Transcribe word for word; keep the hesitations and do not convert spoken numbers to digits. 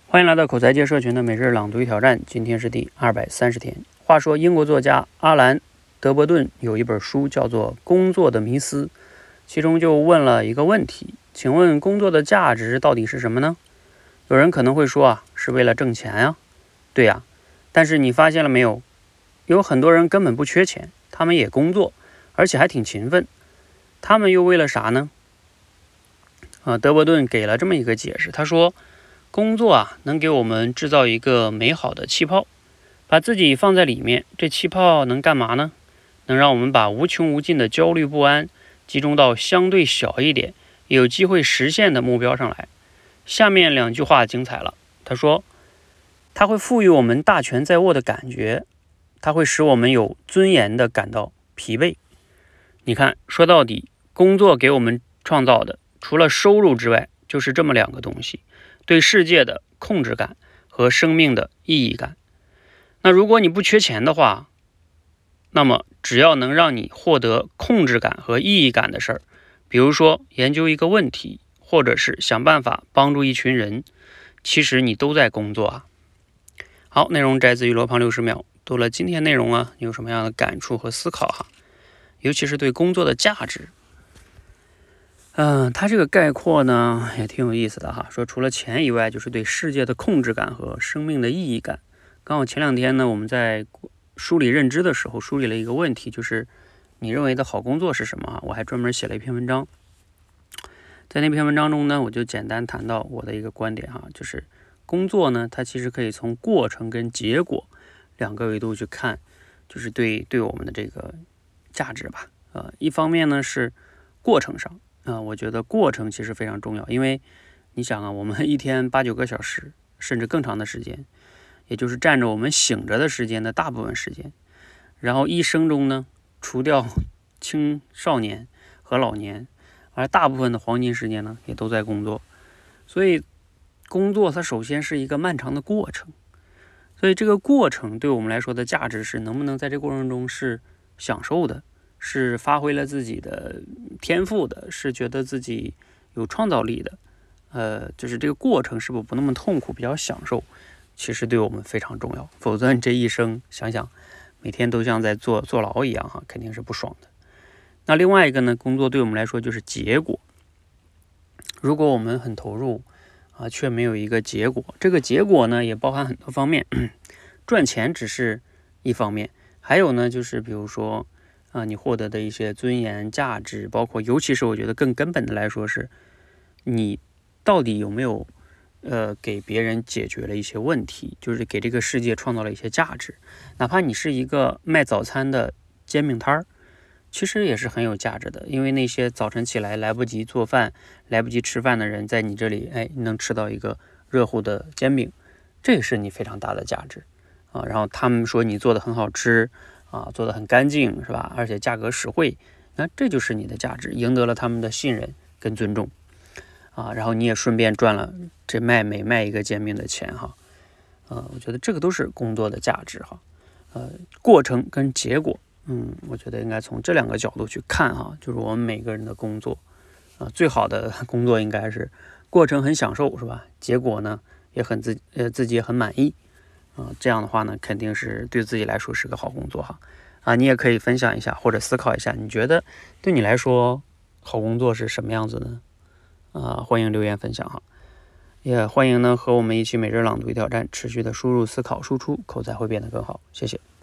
欢迎来到口才界社群的每日朗读与挑战，今天是第二百三十天。话说英国作家阿兰·德伯顿有一本书叫做《工作的迷思》，其中就问了一个问题，请问工作的价值到底是什么呢？有人可能会说啊，是为了挣钱啊。对呀、啊，但是你发现了没有，有很多人根本不缺钱，他们也工作，而且还挺勤奋，他们又为了啥呢？啊，德伯顿给了这么一个解释，他说工作啊，能给我们制造一个美好的气泡，把自己放在里面，这气泡能干嘛呢？能让我们把无穷无尽的焦虑不安集中到相对小一点也有机会实现的目标上来。下面两句话精彩了，他说它会赋予我们大权在握的感觉，它会使我们有尊严的感到疲惫。你看，说到底，工作给我们创造的除了收入之外，就是这么两个东西，对世界的控制感和生命的意义感。那如果你不缺钱的话，那么只要能让你获得控制感和意义感的事儿，比如说研究一个问题，或者是想办法帮助一群人，其实你都在工作啊。好，内容摘自于罗胖六十秒。读了今天内容啊，你有什么样的感触和思考哈？尤其是对工作的价值。嗯，他这个概括呢也挺有意思的哈，说除了钱以外，就是对世界的控制感和生命的意义感。刚好前两天呢，我们在梳理认知的时候，梳理了一个问题，就是你认为的好工作是什么啊？我还专门写了一篇文章。在那篇文章中呢，我就简单谈到我的一个观点哈，就是工作呢，它其实可以从过程跟结果两个维度去看，就是对对我们的这个价值吧。呃，一方面呢是过程上啊、呃，我觉得过程其实非常重要，因为你想啊，我们一天八九个小时，甚至更长的时间，也就是占着我们醒着的时间的大部分时间，然后一生中呢，除掉青少年和老年，而大部分的黄金时间呢，也都在工作。所以工作它首先是一个漫长的过程，所以这个过程对我们来说的价值是能不能在这个过程中是享受的，是发挥了自己的天赋的，是觉得自己有创造力的，呃，就是这个过程是不是不那么痛苦，比较享受，其实对我们非常重要。否则你这一生想想，每天都像在坐坐牢一样哈，肯定是不爽的。那另外一个呢，工作对我们来说就是结果。如果我们很投入啊，却没有一个结果，这个结果呢也包含很多方面，赚钱只是一方面，还有呢就是比如说啊，你获得的一些尊严、价值，包括尤其是我觉得更根本的来说是，你到底有没有呃给别人解决了一些问题，就是给这个世界创造了一些价值。哪怕你是一个卖早餐的煎饼摊儿，其实也是很有价值的，因为那些早晨起来来不及做饭、来不及吃饭的人，在你这里，哎，能吃到一个热乎的煎饼，这也是你非常大的价值啊。然后他们说你做的很好吃啊，做的很干净，是吧？而且价格实惠，那这就是你的价值，赢得了他们的信任跟尊重啊。然后你也顺便赚了这卖每卖一个煎饼的钱哈。呃，我觉得这个都是工作的价值哈。呃，过程跟结果。嗯，我觉得应该从这两个角度去看哈，就是我们每个人的工作，啊、呃，最好的工作应该是过程很享受，是吧？结果呢也很自呃自己也很满意，啊、呃，这样的话呢，肯定是对自己来说是个好工作哈。啊，你也可以分享一下或者思考一下，你觉得对你来说好工作是什么样子呢？啊，欢迎留言分享哈，也欢迎呢和我们一起每日朗读挑战，持续的输入、思考、输出，口才会变得更好。谢谢。